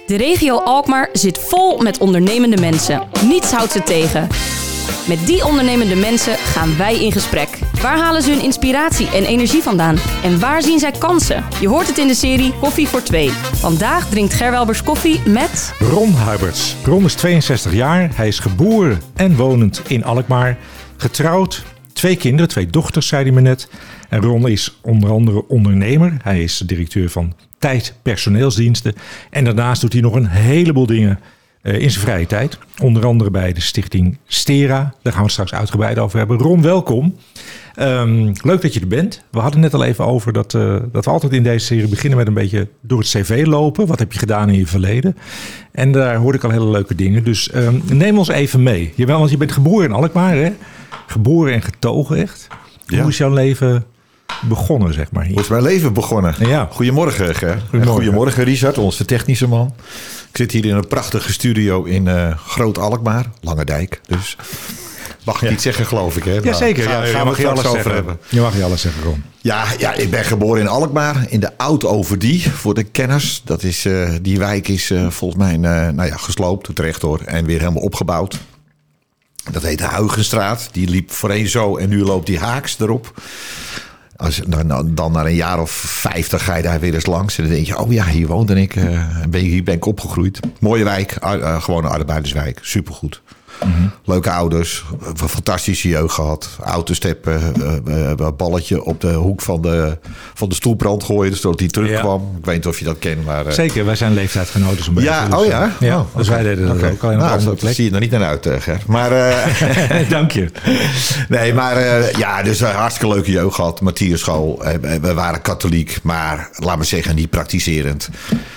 De regio Alkmaar zit vol met ondernemende mensen. Niets houdt ze tegen. Met die ondernemende mensen gaan wij in gesprek. Waar halen ze hun inspiratie en energie vandaan? En waar zien zij kansen? Je hoort het in de serie Koffie voor Twee. Vandaag drinkt Gerwelbers koffie met... Ron Huiberts. Ron is 62 jaar. Hij is geboren en wonend in Alkmaar. Getrouwd. 2 kinderen, 2 dochters, zei hij me net. En Ron is onder andere ondernemer. Hij is directeur van Tijd Personeelsdiensten. En daarnaast doet hij nog een heleboel dingen in zijn vrije tijd. Onder andere bij de stichting Stera. Daar gaan we het straks uitgebreid over hebben. Ron, welkom. Leuk dat je er bent. We hadden net al even over dat we altijd in deze serie beginnen met een beetje door het cv lopen. Wat heb je gedaan in je verleden? En daar hoorde ik al hele leuke dingen. Dus neem ons even mee. Want je bent geboren in Alkmaar, hè? Geboren en getogen echt. Ja. Hoe is jouw leven begonnen, zeg maar? Hier? Hoe is mijn leven begonnen? Ja. Goedemorgen, Ger. Goedemorgen, Richard, onze technische man. Ik zit hier in een prachtige studio in Groot Alkmaar, Langendijk. Dus mag ik niet zeggen, geloof ik. Hè? Ja, zeker. Gaan we het over hebben. Je mag je alles zeggen, Ron. Ja, ik ben geboren in Alkmaar, in de Oud-Overdie, voor de kenners. Dat is, die wijk is volgens mij gesloopt, terecht hoor, en weer helemaal opgebouwd. Dat heet de Huigenstraat. Die liep voorheen zo en nu loopt die haaks erop. Dan na een jaar of 50 ga je daar weer eens langs. En dan denk je, oh ja, hier woonde ik. Hier ben ik opgegroeid. Mooie wijk, gewoon een arbeiderswijk. Supergoed. Mm-hmm. Leuke ouders, fantastische jeugd gehad. Autosteppen, balletje op de hoek van de stoelbrand gooien, zodat hij terugkwam. Ja. Ik weet niet of je dat kent. Maar, zeker, wij zijn leeftijdsgenoten zo'n beetje. Ja, dus, oh ja? Ja, dus wij deden dat ook. Alleen daar zie je er niet naar uit, Ger. Maar, dank je. Nee, maar dus een hartstikke leuke jeugd gehad. Matthieusschool. We waren katholiek, maar laat me zeggen, niet praktiserend.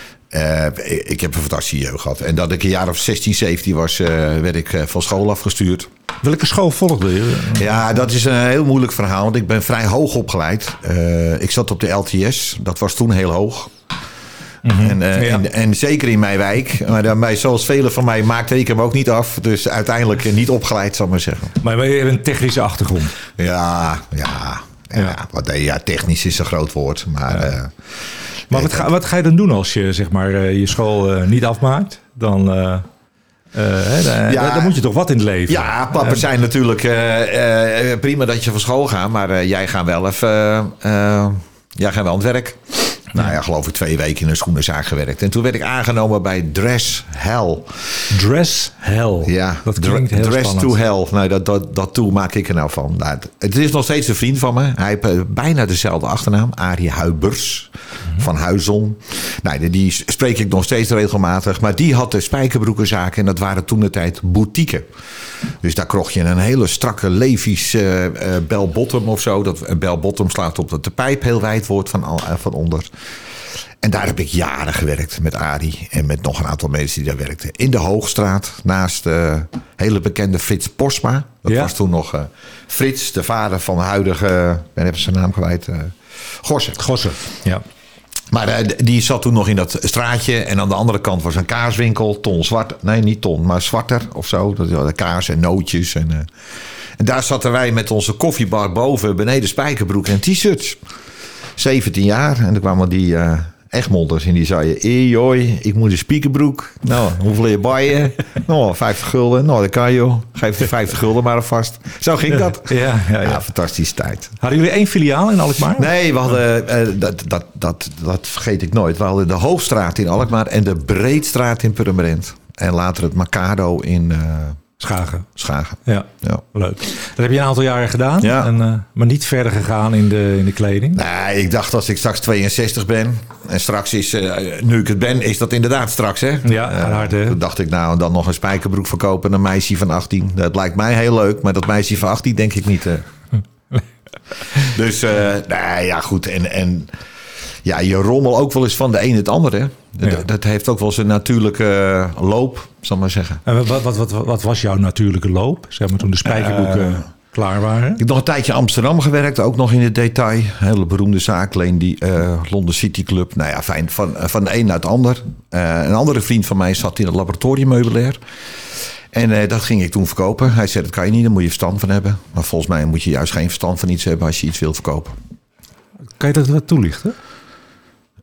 Ik heb een fantastische jeugd gehad. En dat ik een jaar of 16, 17 was, werd ik van school afgestuurd. Welke school volgde je? Ja, dat is een heel moeilijk verhaal. Want ik ben vrij hoog opgeleid. Ik zat op de LTS. Dat was toen heel hoog. Mm-hmm. En zeker in mijn wijk. Maar zoals velen van mij maakte ik hem ook niet af. Dus uiteindelijk niet opgeleid, zal ik maar zeggen. Maar je hebt een technische achtergrond. Ja, technisch is een groot woord. Maar... Ja. Maar wat ga je dan doen als je zeg maar je school niet afmaakt? Dan moet je toch wat in het leven? Ja, papa zei natuurlijk prima dat je van school gaat, maar jij gaat wel aan het werk. Nou ja, geloof ik 2 weken in een schoenenzaak gewerkt. En toen werd ik aangenomen bij Dress Hell. Dress Hell? Ja, dat klinkt heel Dress spannend. to Hell. Nou, dat toe maak ik er nou van. Nou, het is nog steeds een vriend van me. Hij heeft bijna dezelfde achternaam. Arie Huibers van Huizon. Nou, die spreek ik nog steeds regelmatig. Maar die had de spijkerbroekenzaak. En dat waren toen de tijd boutiques. Dus daar kroeg je een hele strakke Levi's bell bottom of zo. Dat bell bottom slaat op dat de pijp heel wijd wordt van onder. En daar heb ik jaren gewerkt met Arie en met nog een aantal mensen die daar werkten. In de Hoogstraat, naast de hele bekende Frits Posma. Dat was toen nog Frits, de vader van de huidige, ik ben even zijn naam kwijt, Gorsen, ja. Maar die zat toen nog in dat straatje. En aan de andere kant was een kaarswinkel. Ton Zwart. Nee, niet Ton, maar Zwarter of zo. De kaas en nootjes. En daar zaten wij met onze koffiebar boven. Beneden spijkerbroek en t-shirts. 17 jaar. En toen kwamen die Egmolders. En die zeiden, joi, ik moet een spijkerbroek. Nou, hoeveel je baien? Nou, 50 gulden. Nou, dat kan joh. Geef de 50 gulden maar alvast. Zo ging dat. Ja, fantastische tijd. Hadden jullie 1 filiaal in Alkmaar? Nee, we hadden, dat vergeet ik nooit. We hadden de Hoogstraat in Alkmaar en de Breedstraat in Purmerend. En later het Macado in Schagen. Ja, leuk. Dat heb je een aantal jaren gedaan, ja. Maar niet verder gegaan in de kleding? Nee, ik dacht als ik straks 62 ben... en straks is, nu ik het ben, is dat inderdaad straks, hè? Ja, hard, hè? Toen dacht ik, nou, dan nog een spijkerbroek verkopen... een meisje van 18. Dat lijkt mij heel leuk, maar dat meisje van 18 denk ik niet. Dus, goed. En ja, je rommel ook wel eens van de een het ander, hè? Ja. Dat heeft ook wel zijn natuurlijke loop, zal ik maar zeggen. En wat was jouw natuurlijke loop? Zeg maar toen de spijkerbroeken klaar waren? Ik heb nog een tijdje in Amsterdam gewerkt, ook nog in het detail. Een hele beroemde zaak, die London City Club. Nou ja, fijn, van de een naar het ander. Een andere vriend van mij zat in het laboratoriummeubilair. En dat ging ik toen verkopen. Hij zei, dat kan je niet, daar moet je verstand van hebben. Maar volgens mij moet je juist geen verstand van iets hebben als je iets wilt verkopen. Kan je dat wat toelichten?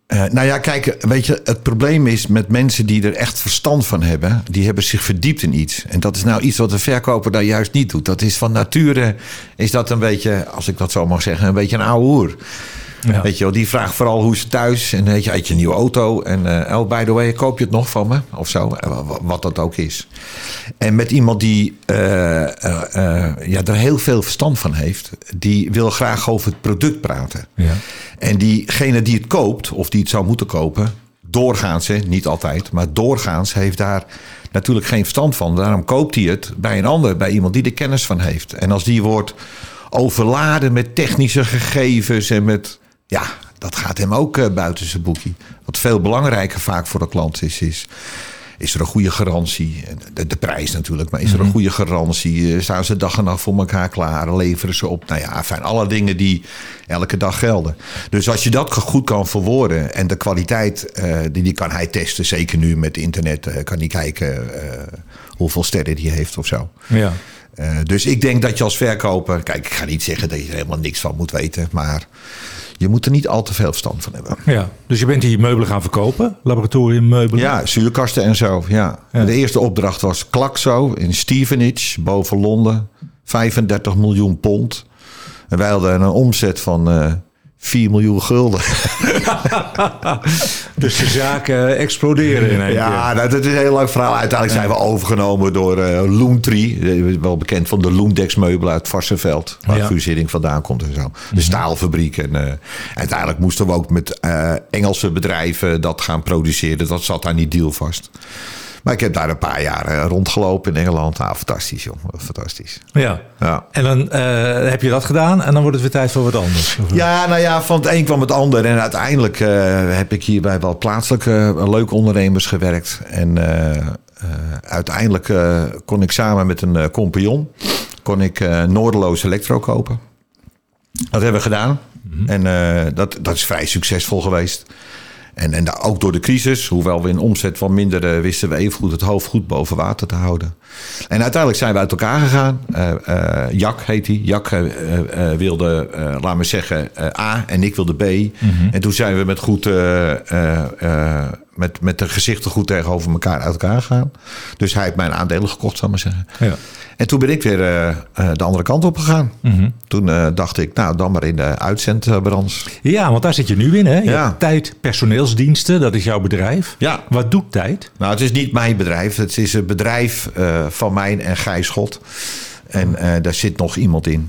Nou ja, kijk, weet je, het probleem is met mensen die er echt verstand van hebben, die hebben zich verdiept in iets. En dat is nou iets wat de verkoper daar juist niet doet. Dat is van nature, is dat een beetje, als ik dat zo mag zeggen, een beetje een ouwe hoer. Ja. Weet je wel, die vraagt vooral hoe is het thuis en weet je, had je een nieuwe auto en oh, by the way, koop je het nog van me? Of zo, wat dat ook is. En met iemand die er heel veel verstand van heeft, die wil graag over het product praten. Ja. En diegene die het koopt, of die het zou moeten kopen, doorgaans, niet altijd, maar doorgaans heeft daar natuurlijk geen verstand van. Daarom koopt hij het bij een ander, bij iemand die er kennis van heeft. En als die wordt overladen met technische gegevens en met, ja, dat gaat hem ook buiten zijn boekje. Wat veel belangrijker vaak voor de klant is er een goede garantie? De prijs natuurlijk, maar is er een goede garantie? Staan ze dag en nacht voor elkaar klaar? Leveren ze op? Nou ja, fijn, alle dingen die elke dag gelden. Dus als je dat goed kan verwoorden en de kwaliteit, die kan hij testen. Zeker nu met internet kan hij kijken hoeveel sterren die heeft of zo. Ja. Dus ik denk dat je als verkoper, kijk, ik ga niet zeggen dat je er helemaal niks van moet weten, maar je moet er niet al te veel verstand van hebben. Ja, dus je bent die meubelen gaan verkopen? Laboratoriummeubelen? Ja, zuurkasten en zo. Ja. Ja. De eerste opdracht was Klakzo in Stevenage, boven Londen. 35 miljoen pond. En wij hadden een omzet van 4 miljoen gulden. Dus de zaken exploderen in één keer. Ja, dat is een heel leuk verhaal. Uiteindelijk zijn we overgenomen door Loomtree. Wel bekend van de Loomdex meubelen uit Varsenveld. Waar Guus Hiddink vandaan komt en zo. De staalfabriek. En uiteindelijk moesten we ook met Engelse bedrijven dat gaan produceren. Dat zat aan die deal vast. Maar ik heb daar een paar jaar rondgelopen in Engeland. Nou, fantastisch, joh. Fantastisch. Ja. En dan heb je dat gedaan en dan wordt het weer tijd voor wat anders. Ja, nou ja, van het een kwam het ander. En uiteindelijk heb ik hier bij wel plaatselijke leuke ondernemers gewerkt. En uiteindelijk kon ik samen met een compagnon Noorderloos Elektro kopen. Dat hebben we gedaan. En dat is vrij succesvol geweest. En ook door de crisis, hoewel we in omzet van minder wisten we evengoed het hoofd goed boven water te houden. En uiteindelijk zijn we uit elkaar gegaan. Jack heet hij. Jack wilde, laat maar zeggen, A en ik wilde B. En toen zijn we met de gezichten goed tegenover elkaar uit elkaar gegaan. Dus hij heeft mijn aandelen gekocht, zal ik maar zeggen. Ja. En toen ben ik weer de andere kant op gegaan. Toen dacht ik, nou dan maar in de uitzendbranche. Ja, want daar zit je nu in, hè? Je hebt Tijd Personeelsdiensten, dat is jouw bedrijf. Ja. Wat doet Tijd? Nou, het is niet mijn bedrijf. Het is een bedrijf van mij en Gijs Schot. En daar zit nog iemand in.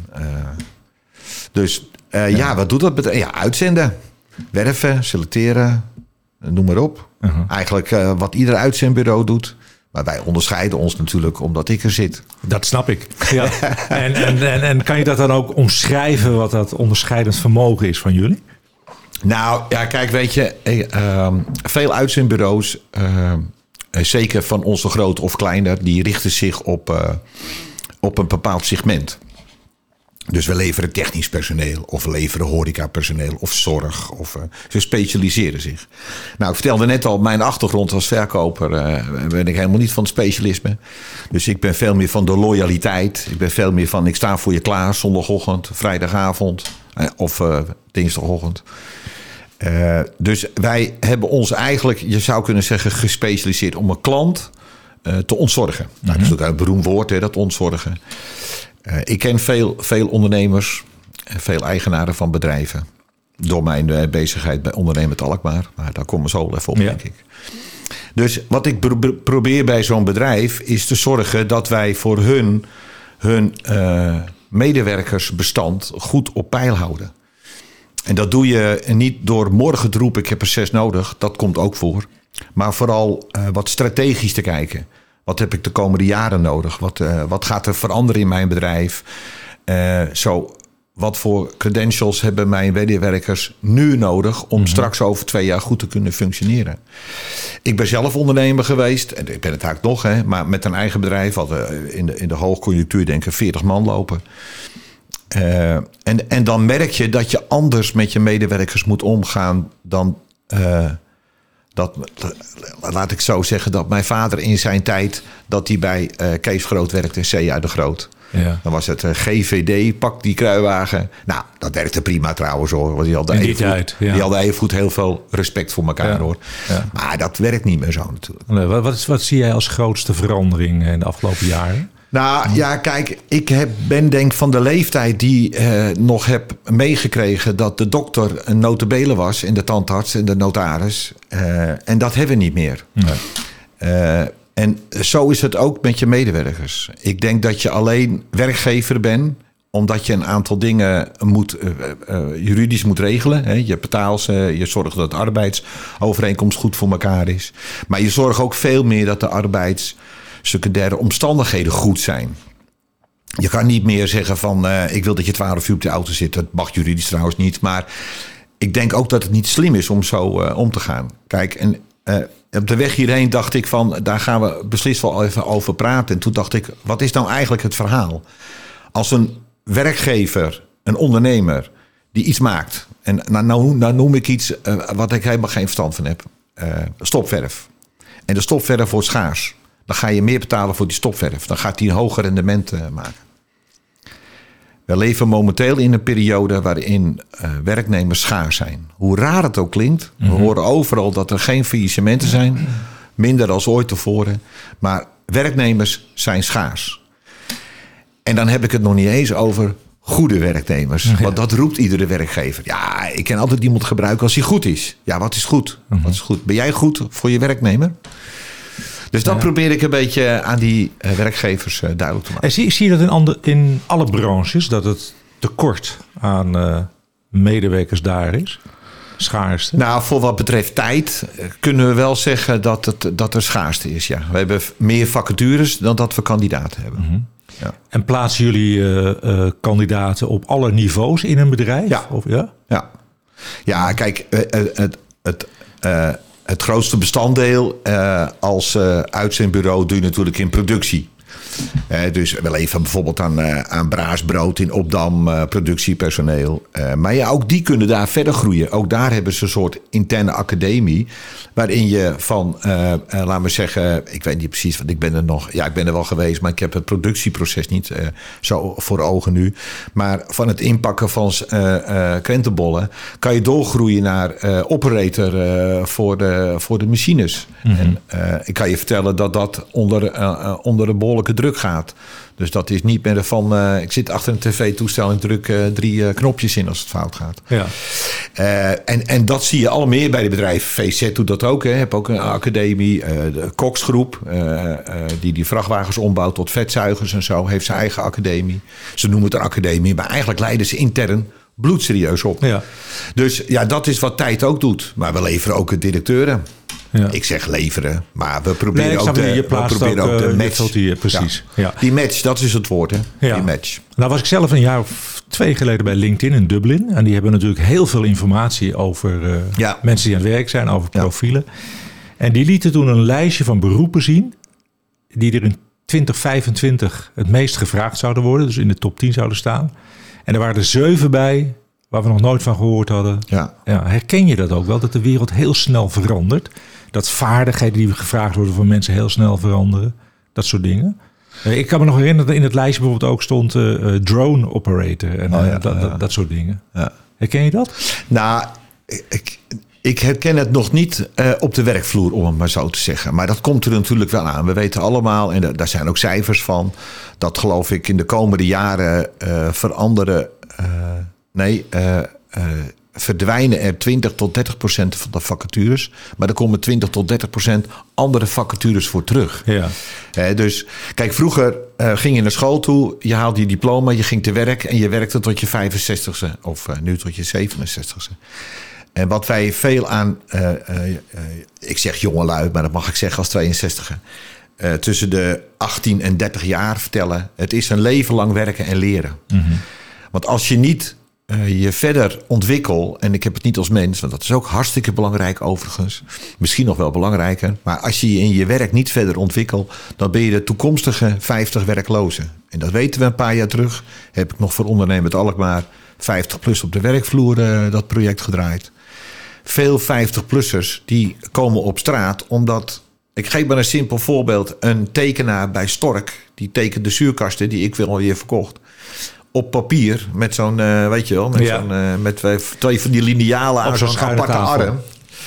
Wat doet dat bedrijf? Ja, uitzenden. Werven, selecteren, noem maar op. Eigenlijk wat ieder uitzendbureau doet. Maar wij onderscheiden ons natuurlijk omdat ik er zit. Dat snap ik. Ja. En kan je dat dan ook omschrijven wat dat onderscheidend vermogen is van jullie? Nou, ja, kijk, weet je, veel uitzendbureaus, zeker van onze groot of kleiner, die richten zich op een bepaald segment. Dus we leveren technisch personeel of we leveren horecapersoneel of zorg. Ze specialiseren zich. Nou, ik vertelde net al, mijn achtergrond als verkoper ben ik helemaal niet van het specialisme. Dus ik ben veel meer van de loyaliteit. Ik ben veel meer van, ik sta voor je klaar zondagochtend, vrijdagavond of dinsdagochtend. Dus wij hebben ons eigenlijk, je zou kunnen zeggen, gespecialiseerd om een klant te ontzorgen. Nou, dat is ook een beroemd woord, hè, dat ontzorgen. Ik ken veel ondernemers en veel eigenaren van bedrijven. Door mijn bezigheid bij Ondernemend Alkmaar. Maar daar komen we zo even op, denk ik. Dus wat ik probeer bij zo'n bedrijf is te zorgen dat wij voor hun medewerkersbestand goed op peil houden. En dat doe je niet door morgen te roepen, ik heb er 6 nodig. Dat komt ook voor. Maar vooral wat strategisch te kijken. Wat heb ik de komende jaren nodig? Wat gaat er veranderen in mijn bedrijf? Wat voor credentials hebben mijn medewerkers nu nodig om straks over 2 jaar goed te kunnen functioneren? Ik ben zelf ondernemer geweest. En ik ben het eigenlijk nog, hè, maar met een eigen bedrijf hadden in de hoogconjunctuur denk ik 40 man lopen. En dan merk je dat je anders met je medewerkers moet omgaan dan laat ik zo zeggen, dat mijn vader in zijn tijd dat hij bij Kees Groot werkte, C.A. de Groot. Ja. Dan was het GVD, pak die kruiwagen. Nou, dat werkte prima trouwens hoor. Want die hadden evengoed heel veel respect voor elkaar hoor. Ja. Maar dat werkt niet meer zo natuurlijk. Nee, wat zie jij als grootste verandering in de afgelopen jaren? Nou ja, kijk, ik ben denk van de leeftijd die nog heb meegekregen dat de dokter een nota bene was en de tandarts en de notaris. En dat hebben we niet meer. Nee. En zo is het ook met je medewerkers. Ik denk dat je alleen werkgever bent omdat je een aantal dingen juridisch moet regelen. Hè. Je betaalt ze, je zorgt dat de arbeidsovereenkomst goed voor elkaar is. Maar je zorgt ook veel meer dat de secundaire omstandigheden goed zijn. Je kan niet meer zeggen van ik wil dat je 12 uur op de auto zit. Dat mag juridisch trouwens niet. Maar ik denk ook dat het niet slim is om zo om te gaan. Kijk, en op de weg hierheen dacht ik van daar gaan we beslist wel even over praten. En toen dacht ik, wat is nou eigenlijk het verhaal? Als een werkgever, een ondernemer die iets maakt. En nou noem ik iets wat ik helemaal geen verstand van heb. Stopverf. En de stopverf wordt schaars. Dan ga je meer betalen voor die stopverf. Dan gaat die een hoger rendement maken. We leven momenteel in een periode waarin werknemers schaars zijn. Hoe raar het ook klinkt. We horen overal dat er geen faillissementen zijn. Minder dan ooit tevoren. Maar werknemers zijn schaars. En dan heb ik het nog niet eens over goede werknemers. Ja. Want dat roept iedere werkgever. Ja, ik kan altijd iemand gebruiken als hij goed is. Ja, wat is goed? Wat is goed? Ben jij goed voor je werknemer? Dus dat probeer ik een beetje aan die werkgevers duidelijk te maken. En zie je dat in alle branches, dat het tekort aan medewerkers daar is? Schaarste? Nou, voor wat betreft tijd kunnen we wel zeggen dat er schaarste is. Ja. We hebben meer vacatures dan dat we kandidaten hebben. Mm-hmm. Ja. En plaatsen jullie kandidaten op alle niveaus in een bedrijf? Ja. Of, ja? Ja, kijk, het grootste bestanddeel als uitzendbureau doe je natuurlijk in productie. Dus we leveren bijvoorbeeld aan Braasbrood in Opdam productiepersoneel. Maar ja, ook die kunnen daar verder groeien. Ook daar hebben ze een soort interne academie. Waarin je van, laat maar zeggen, ik weet niet precies, want ik ben er wel geweest, maar ik heb het productieproces niet zo voor ogen nu. Maar van het inpakken van krentenbollen kan je doorgroeien naar operator voor de machines. Mm-hmm. En ik kan je vertellen dat onder een behoorlijke druk gaat. Dus dat is niet meer van ik zit achter een tv-toestel en druk 3 knopjes in als het fout gaat. Ja. En dat zie je al meer bij de bedrijven. VZ doet dat ook. Heb ook een academie. De Koksgroep, die vrachtwagens ombouwt tot vetzuigers en zo, heeft zijn eigen academie. Ze noemen het een academie, maar eigenlijk leiden ze intern bloedserieus op. Ja. Dus ja, dat is wat tijd ook doet. Maar we leveren ook de directeuren. Ja. Ik zeg leveren, maar we proberen ook de match. Precies. Ja. Ja. Die match, dat is het woord, hè? Ja. Die match. Nou was ik zelf een jaar of 2 geleden bij LinkedIn in Dublin. En die hebben natuurlijk heel veel informatie over mensen die aan het werk zijn, over profielen. Ja. En die lieten toen een lijstje van beroepen zien die er in 2025 het meest gevraagd zouden worden. Dus in de top 10 zouden staan. En er waren er 7 bij waar we nog nooit van gehoord hadden. Ja. Ja, herken je dat ook wel, dat de wereld heel snel verandert? Dat vaardigheden die gevraagd worden van mensen heel snel veranderen. Dat soort dingen. Ik kan me nog herinneren dat in het lijstje bijvoorbeeld ook stond drone operator. En dat soort dingen. Ja. Herken je dat? Nou, ik herken het nog niet op de werkvloer, om het maar zo te zeggen. Maar dat komt er natuurlijk wel aan. We weten allemaal, en daar zijn ook cijfers van, dat geloof ik in de komende jaren verdwijnen er 20% tot 30% van de vacatures. Maar er komen 20% tot 30% andere vacatures voor terug. Ja. Dus kijk, vroeger ging je naar school toe. Je haalde je diploma, je ging te werk en je werkte tot je 65ste. Of nu tot je 67ste. En wat wij veel aan, ik zeg jongelui, maar dat mag ik zeggen als 62er. Tussen de 18 en 30 jaar vertellen. Het is een leven lang werken en leren. Mm-hmm. Want als je niet je verder ontwikkelt, en ik heb het niet als mens, want dat is ook hartstikke belangrijk overigens. Misschien nog wel belangrijker. Maar als je in je werk niet verder ontwikkelt, dan ben je de toekomstige 50 werklozen. En dat weten we een paar jaar terug. Heb ik nog voor Ondernemend Alkmaar 50PLUS op de werkvloer dat project gedraaid. Veel 50-plussers die komen op straat omdat Ik geef maar een simpel voorbeeld. Een tekenaar bij Stork, die tekent de zuurkasten die ik wel weer verkocht. Op papier, met zo'n, weet je wel, met twee van die linealen aan zo'n aparte arm.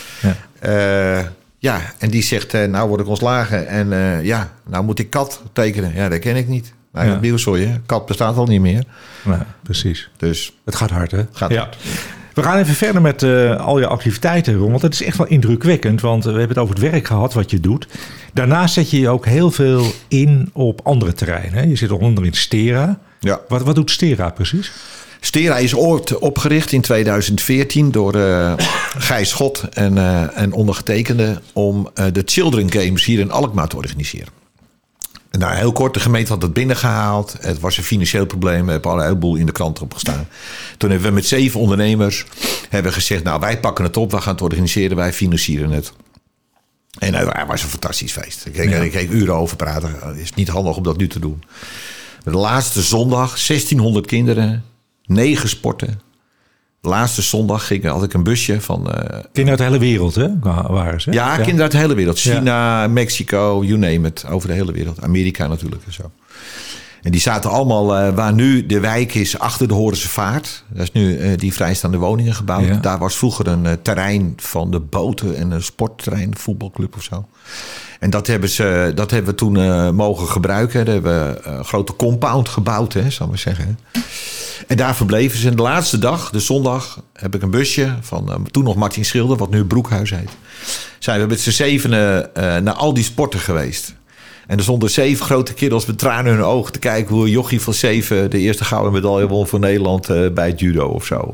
Ja. En die zegt, nou word ik ontslagen. En nou moet ik kat tekenen. Ja, dat ken ik niet. Nou, het Bielsoy, kat bestaat al niet meer. Nee, precies. Dus het gaat hard, hè? Gaat hard. We gaan even verder met al je activiteiten, Ron. Want het is echt wel indrukwekkend. Want we hebben het over het werk gehad wat je doet. Daarnaast zet je je ook heel veel in op andere terreinen. Hè? Je zit onder in Stera. Ja. Wat doet Stera precies? Stera is ooit opgericht in 2014 door Gijs Schot en ondergetekende om de Children Games hier in Alkmaar te organiseren. Nou, heel kort, de gemeente had het binnengehaald. Het was een financieel probleem. We hebben al een heleboel in de krant opgestaan. Toen hebben we met 7 ondernemers gezegd, nou, wij pakken het op, we gaan het organiseren, wij financieren het. En het was een fantastisch feest. Ik kreeg uren over praten. Het is niet handig om dat nu te doen. De laatste zondag, 1600 kinderen, 9 sporten. De laatste zondag had ik een busje van... Kinderen uit de hele wereld, hè? Waren ze? Ja, kinderen uit de hele wereld. China, Mexico, you name it. Over de hele wereld. Amerika natuurlijk en zo. En die zaten allemaal waar nu de wijk is achter de Horense Vaart. Dat is nu die vrijstaande woningen gebouwd. Ja. Daar was vroeger een terrein van de boten en een sportterrein, een voetbalclub of zo. En dat hebben we toen mogen gebruiken. Daar hebben we een grote compound gebouwd, zal ik maar zeggen. En daar verbleven ze. En de laatste dag, de zondag, heb ik een busje van toen nog Martin Schilder, wat nu Broekhuis heet. Zijn we met z'n 7 naar al die sporten geweest. En er stonden 7 grote kerels met tranen in hun ogen te kijken hoe een jochie van 7 de eerste gouden medaille won voor Nederland bij het judo of zo.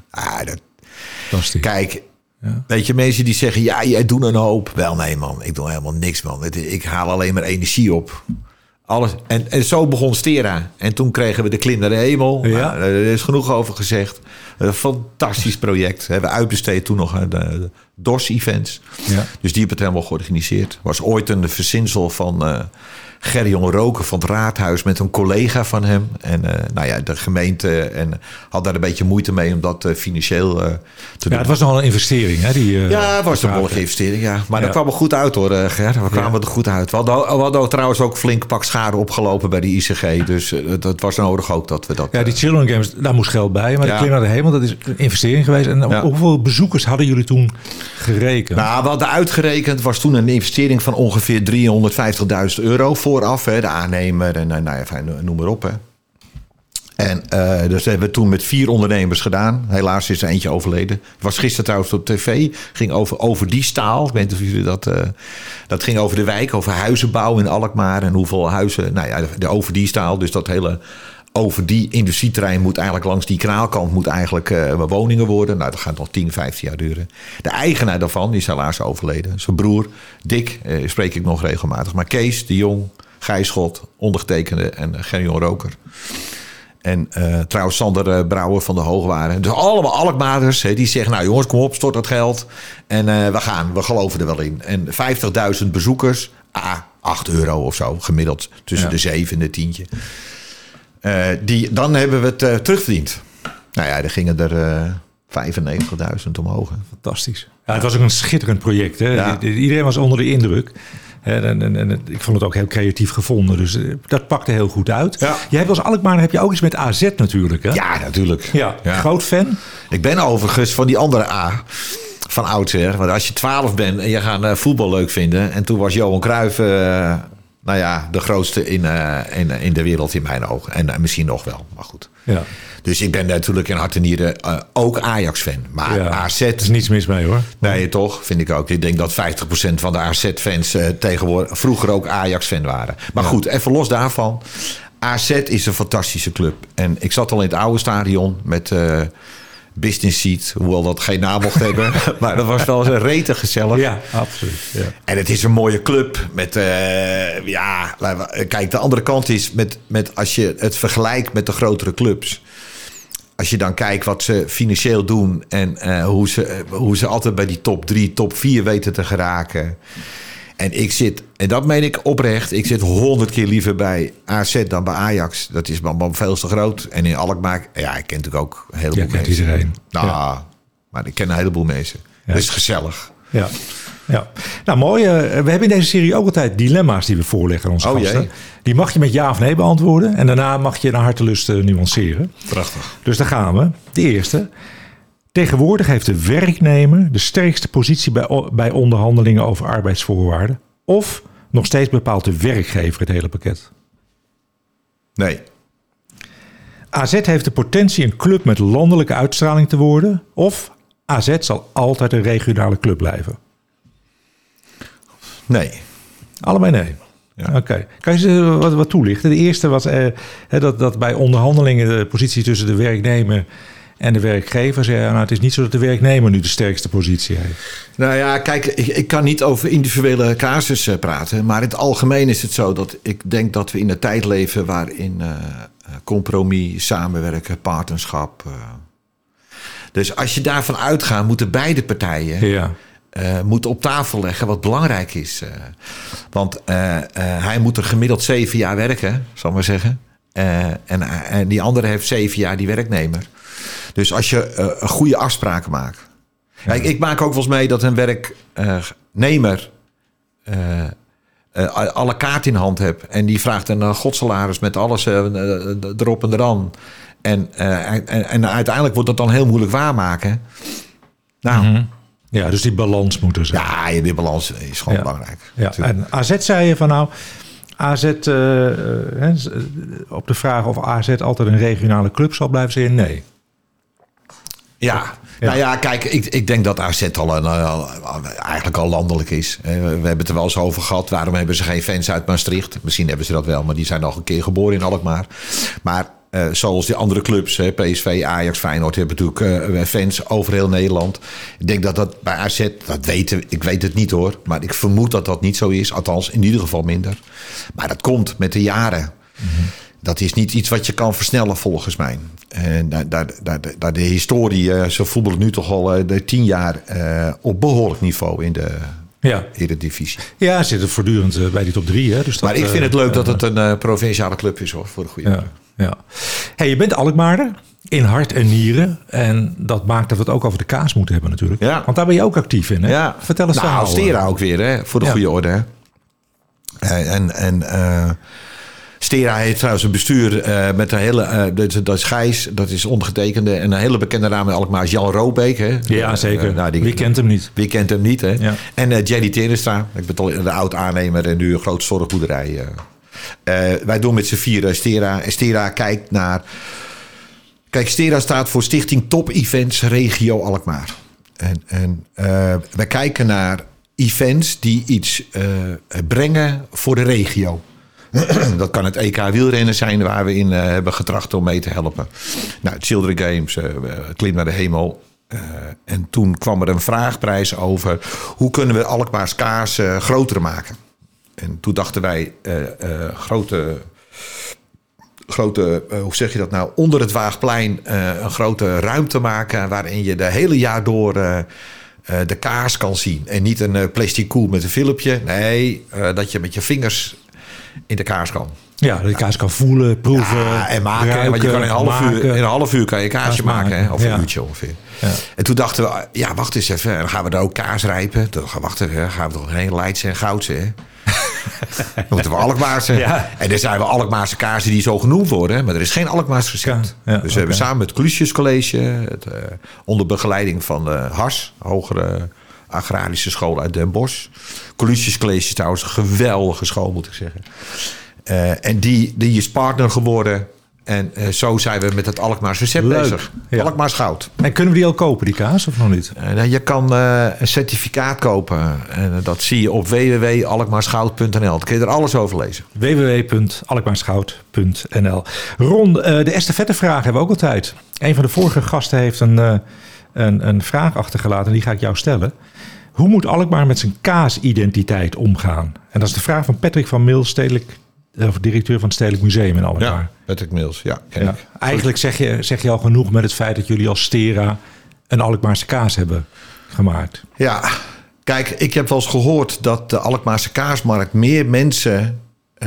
Kijk, weet je, mensen die zeggen, ja, jij doet een hoop. Wel, nee man, ik doe helemaal niks man. Ik haal alleen maar energie op. Alles. En zo begon Stera. En toen kregen we de Klim naar de Hemel. Ja. Nou, er is genoeg over gezegd. Een fantastisch project. We hebben uitbesteed toen nog de DOS-events. Ja. Dus die hebben het helemaal georganiseerd. Was ooit een verzinsel van Gerjon Roker van het Raadhuis met een collega van hem. En de gemeente had daar een beetje moeite mee om dat financieel te doen. Het was nogal een investering, hè? Het was een behoorlijke investering, ja. Maar dat kwam er goed uit, hoor, Ger. We kwamen er goed uit. We hadden trouwens ook flink pak schade opgelopen bij de ICG. Dus dat was nodig ook dat we dat... Ja, die Children Games, daar moest geld bij. Maar de Klim naar de Hemel, dat is een investering geweest. En hoeveel bezoekers hadden jullie toen gerekend? Nou, we hadden uitgerekend, was toen een investering van ongeveer €350.000 vooraf. De aannemer en noem maar op. Hè. En dus hebben we toen met 4 ondernemers gedaan. Helaas is er eentje overleden. Het was gisteren trouwens op tv. Ging over die staal. Ik weet niet of jullie dat ging over de wijk. Over huizenbouw in Alkmaar. En hoeveel huizen. De over die staal. Dus dat hele over die industrieterrein moet eigenlijk langs die kanaalkant moet eigenlijk woningen worden. Nou, dat gaat nog 10, 15 jaar duren. De eigenaar daarvan is helaas overleden. Zijn broer, Dick, spreek ik nog regelmatig. Maar Kees de Jong, Gijs Schot, ondergetekende en Gerjon Roker. En trouwens Sander Brouwer van de Hoogwaren. Dus allemaal Alkmaarders die zeggen, nou jongens, kom op, stort dat geld. En we geloven er wel in. En 50.000 bezoekers, €8 of zo, gemiddeld tussen de 7 en de 10. Dan hebben we het terugverdiend. Nou ja, er gingen er 95.000 omhoog. Fantastisch. Ja, het was ook een schitterend project. Hè? Ja. Iedereen was onder de indruk. En ik vond het ook heel creatief gevonden. Dus dat pakte heel goed uit. Ja. Jij hebt als Alkmaar heb je ook iets met AZ natuurlijk. Hè? Ja, natuurlijk. Ja. Groot fan? Ik ben overigens van die andere A. Van oudsher. Want als je 12 bent en je gaat voetbal leuk vinden. En toen was Johan Cruijff... de grootste in de wereld in mijn ogen. En misschien nog wel, maar goed. Ja. Dus ik ben natuurlijk in hart en nieren ook Ajax-fan. Maar AZ... Er is niets mis mee, hoor. Nee, toch? Vind ik ook. Ik denk dat 50% van de AZ-fans tegenwoordig vroeger ook Ajax-fan waren. Maar goed, even los daarvan. AZ is een fantastische club. En ik zat al in het oude stadion met... business seat, hoewel dat geen naam mocht hebben. Maar dat was wel rete gezellig. Ja, absoluut. Ja. En het is een mooie club. Met, kijk, de andere kant is... met als je het vergelijkt met de grotere clubs... Als je dan kijkt wat ze financieel doen... en hoe ze altijd bij die top 3, top 4 weten te geraken... En ik zit, en dat meen ik oprecht... ik zit 100 keer liever bij AZ dan bij Ajax. Dat is maar veel te groot. En in Alkmaar, ik ken natuurlijk ook een heleboel mensen. Iedereen. Nou, maar ik ken een heleboel mensen. Ja. Dat is gezellig. Ja. Ja. Nou, mooi. We hebben in deze serie ook altijd dilemma's die we voorleggen aan onze gasten. Jee. Die mag je met ja of nee beantwoorden. En daarna mag je naar hartelust nuanceren. Prachtig. Dus daar gaan we. De eerste. Tegenwoordig heeft de werknemer de sterkste positie bij onderhandelingen over arbeidsvoorwaarden. Of nog steeds bepaalt de werkgever het hele pakket. Nee. AZ heeft de potentie een club met landelijke uitstraling te worden. Of AZ zal altijd een regionale club blijven. Nee. Allebei nee. Ja. Oké. Kan je ze wat toelichten? De eerste was dat bij onderhandelingen de positie tussen de werknemer en de werkgever zei, nou, het is niet zo dat de werknemer nu de sterkste positie heeft. Nou ja, kijk, ik kan niet over individuele casussen praten. Maar in het algemeen is het zo dat ik denk dat we in een tijd leven waarin compromis, samenwerken, partnerschap. Dus als je daarvan uitgaat, moeten beide partijen moeten op tafel leggen wat belangrijk is. Want hij moet er gemiddeld 7 jaar werken, zal ik maar zeggen. En die andere heeft 7 jaar die werknemer. Dus als je goede afspraken maakt. Kijk, ik maak ook wel eens mee dat een werknemer alle kaart in hand hebt. En die vraagt een godsalaris met alles erop en eraan. En uiteindelijk wordt dat dan heel moeilijk waarmaken. Nou. Mm-hmm. Ja, dus die balans moet er zijn. Ja, die balans is gewoon belangrijk. Ja. En AZ zei je van nou... AZ, op de vraag of AZ altijd een regionale club zal blijven, zei je nee. Ja. Nou ja, kijk, ik denk dat AZ eigenlijk al landelijk is. We hebben het er wel eens over gehad. Waarom hebben ze geen fans uit Maastricht? Misschien hebben ze dat wel, maar die zijn nog een keer geboren in Alkmaar. Maar zoals die andere clubs, PSV, Ajax, Feyenoord, hebben natuurlijk fans over heel Nederland. Ik denk dat dat bij AZ, ik weet het niet hoor. Maar ik vermoed dat dat niet zo is. Althans, in ieder geval minder. Maar dat komt met de jaren. Mm-hmm. Dat is niet iets wat je kan versnellen volgens mij. En de historie, ze voetballen nu toch al 10 jaar op behoorlijk niveau in de Eredivisie. Ja, ze zitten voortdurend bij die top 3. Hè? Dus maar ik vind het leuk dat het een provinciale club is hoor, voor de goede club. Ja. Hey, je bent Alkmaarder in hart en nieren. En dat maakt dat we het ook over de kaas moeten hebben natuurlijk. Ja. Want daar ben je ook actief in. Hè? Ja. Vertel eens verhaal. Stera ook weer, hè? Voor de goede orde. Hè? Stera heeft trouwens een bestuur met een hele... dat is Gijs, dat is ondergetekende. En een hele bekende naam in Alkmaar is Jan Robeek. Hè? Ja, zeker. Wie kent hem niet? Wie kent hem niet, hè? Ja. En Jenny Terestra. Ik ben al de oud-aannemer en nu een grote zorgboerderij. Wij doen met z'n 4 Stera. En Stera kijkt naar... Kijk, Stera staat voor Stichting Top Events Regio Alkmaar. En wij kijken naar events die iets brengen voor de regio. Dat kan het EK wielrennen zijn waar we in hebben getracht om mee te helpen. Nou, Children Games, Klim naar de hemel. En toen kwam er een vraagprijs over hoe kunnen we Alkmaars kaas groter maken. En toen dachten wij grote, hoe zeg je dat nou, onder het Waagplein een grote ruimte maken waarin je de hele jaar door de kaas kan zien. En niet een plastic koel met een filmpje. Nee, dat je met je vingers in de kaas kan. Ja, dat je kaas kan voelen, proeven, en maken. Ruiken, want je kan in een half uur kan je kaasje maken. Hè? Of een uurtje ongeveer. Ja. En toen dachten we, wacht eens even. Dan gaan we er ook kaas rijpen. Dan gaan we toch geen Leidse en Goudse, hè? Dan moeten we Alkmaarse. Ja. En dan zijn we Alkmaarse kaarsen die zo genoemd worden. Maar er is geen Alkmaars recept. Ja, dus we hebben samen met het Clusius College... onder begeleiding van de HAS... Hogere Agrarische School uit Den Bosch. Clusius College is trouwens een geweldige school, moet ik zeggen. En die is partner geworden... En zo zijn we met het Alkmaars recept bezig. Ja. Alkmaars goud. En kunnen we die al kopen, die kaas, of nog niet? Je kan een certificaat kopen. En dat zie je op www.alkmaarsgoud.nl. Dan kun je er alles over lezen. www.alkmaarsgoud.nl. Ron, de estafettevraag hebben we ook altijd. Een van de vorige gasten heeft een vraag achtergelaten. En die ga ik jou stellen. Hoe moet Alkmaar met zijn kaasidentiteit omgaan? En dat is de vraag van Patrick van Mils, directeur van het Stedelijk Museum in Alkmaar. Ja, Patrick Mills, ken ik. Eigenlijk zeg je al genoeg met het feit dat jullie als Stera een Alkmaarse kaas hebben gemaakt. Ja, kijk, ik heb wel eens gehoord dat de Alkmaarse kaasmarkt meer mensen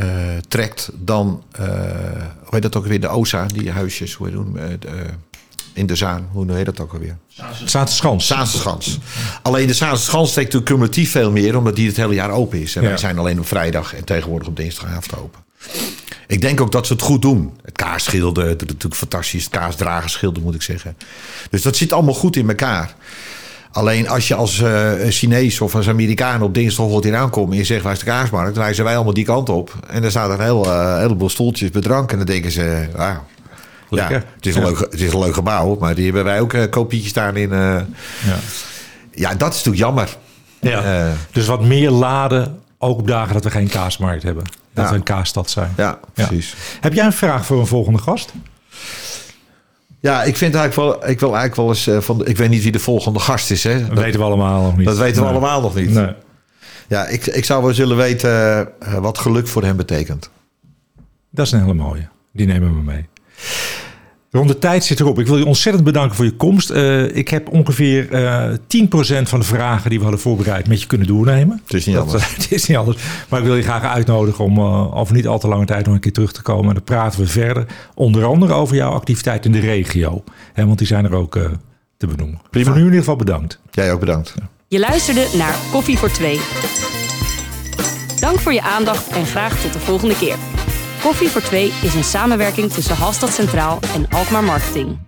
trekt dan, hoe heet dat ook weer, de OSA, die huisjes, hoe heet in de Zaan. Hoe heet dat ook alweer? Zaanse Zaanse. Alleen de Zaanse Schans trekt natuurlijk cumulatief veel meer, omdat die het hele jaar open is. En wij zijn alleen op vrijdag en tegenwoordig op dinsdagavond open. Ik denk ook dat ze het goed doen. Het kaasschilden, dat is natuurlijk fantastisch. Het kaasdragerschilden, moet ik zeggen. Dus dat zit allemaal goed in elkaar. Alleen als je als Chinees of als Amerikaan op dinsdag hier aankomt en je zegt waar is de kaasmarkt, dan wijzen wij allemaal die kant op. En dan staat er een heleboel stoeltjes met drank. En dan denken ze, ja, het is een leuk gebouw, maar die hebben wij ook kopietjes staan in. Ja, dat is natuurlijk jammer. Ja. Dus wat meer laden, ook op dagen dat we geen kaasmarkt hebben. Dat we een kaasstad zijn. Ja, precies. Ja. Heb jij een vraag voor een volgende gast? Ja, ik vind eigenlijk wel. Ik wil eigenlijk wel eens ik weet niet wie de volgende gast is. Hè? Dat weten we allemaal nog niet. Dat weten we allemaal nog niet. Nee. Ja, ik zou wel willen weten wat geluk voor hem betekent. Dat is een hele mooie. Die nemen we mee. Rond de tijd zit erop. Ik wil je ontzettend bedanken voor je komst. Ik heb ongeveer 10% van de vragen die we hadden voorbereid met je kunnen doornemen. Het is niet anders. Het is niet anders. Maar ik wil je graag uitnodigen om over niet al te lange tijd nog een keer terug te komen. En dan praten we verder. Onder andere over jouw activiteit in de regio. Want die zijn er ook te benoemen. Prima. Voor nu in ieder geval bedankt. Jij ook bedankt. Ja. Je luisterde naar Koffie voor Twee. Dank voor je aandacht en graag tot de volgende keer. Koffie voor Twee is een samenwerking tussen Hallstatt Centraal en Alkmaar Marketing.